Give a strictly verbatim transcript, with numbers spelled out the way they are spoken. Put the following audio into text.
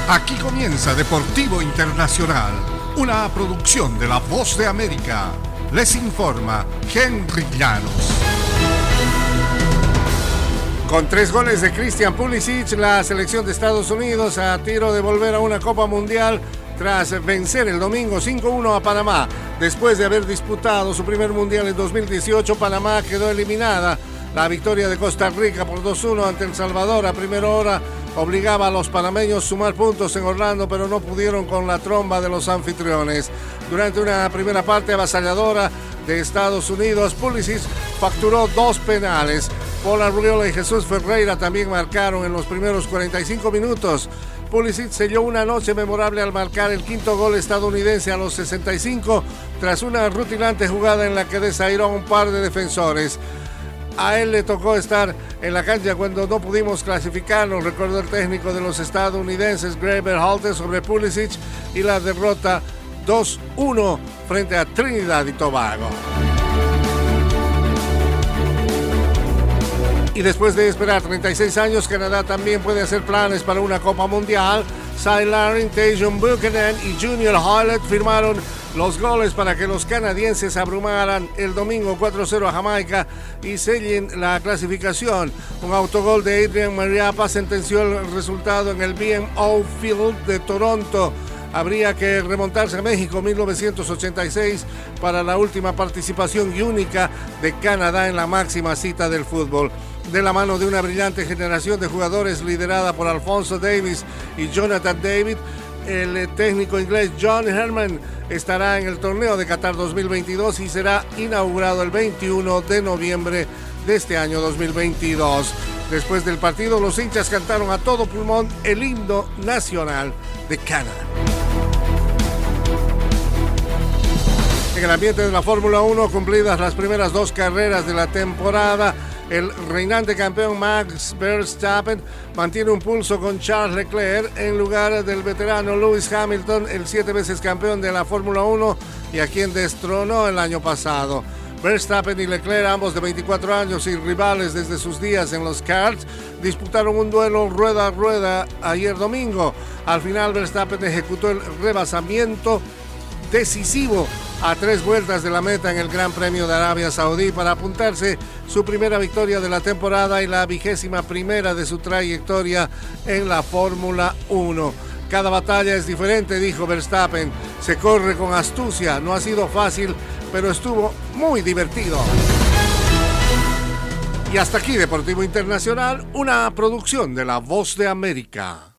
Aquí comienza Deportivo Internacional, una producción de La Voz de América. Les informa Henry Llanos. Con tres goles de Christian Pulisic, la selección de Estados Unidos a tiro de volver a una Copa Mundial tras vencer el domingo cinco uno a Panamá. Después de haber disputado su primer Mundial en dos mil dieciocho, Panamá quedó eliminada. La victoria de Costa Rica por dos uno ante El Salvador a primera hora obligaba a los panameños a sumar puntos en Orlando, pero no pudieron con la tromba de los anfitriones. Durante una primera parte avasalladora de Estados Unidos, Pulisic facturó dos penales. Paul Arriola y Jesús Ferreira también marcaron en los primeros cuarenta y cinco minutos. Pulisic selló una noche memorable al marcar el quinto gol estadounidense a los sesenta y cinco tras una rutilante jugada en la que desairó a un par de defensores. A él le tocó estar en la cancha cuando no pudimos clasificarnos, recordó el técnico de los estadounidenses Greg Berhalter sobre Pulisic y la derrota dos uno frente a Trinidad y Tobago. Y después de esperar treinta y seis años, Canadá también puede hacer planes para una Copa Mundial. Cy Larin, Tajon Buchanan y Junior Hoilett firmaron los goles para que los canadienses abrumaran el domingo cuatro cero a Jamaica y sellen la clasificación. Un autogol de Adrian Mariappa sentenció el resultado en el B M O Field de Toronto. Habría que remontarse a México mil novecientos ochenta y seis para la última participación y única de Canadá en la máxima cita del fútbol. De la mano de una brillante generación de jugadores liderada por Alphonso Davies y Jonathan David, el técnico inglés John Herman estará en el torneo de Qatar dos mil veintidós y será inaugurado el veintiuno de noviembre de este año dos mil veintidós. Después del partido, los hinchas cantaron a todo pulmón el himno nacional de Canadá. En el ambiente de la Fórmula uno, cumplidas las primeras dos carreras de la temporada, el reinante campeón Max Verstappen mantiene un pulso con Charles Leclerc en lugar del veterano Lewis Hamilton, el siete veces campeón de la Fórmula uno y a quien destronó el año pasado. Verstappen y Leclerc, ambos de veinticuatro años y rivales desde sus días en los karts, disputaron un duelo rueda a rueda ayer domingo. Al final, Verstappen ejecutó el rebasamiento decisivo a tres vueltas de la meta en el Gran Premio de Arabia Saudí para apuntarse su primera victoria de la temporada y la vigésima primera de su trayectoria en la Fórmula uno. Cada batalla es diferente, dijo Verstappen. Se corre con astucia, no ha sido fácil, pero estuvo muy divertido. Y hasta aquí Deportivo Internacional, una producción de La Voz de América.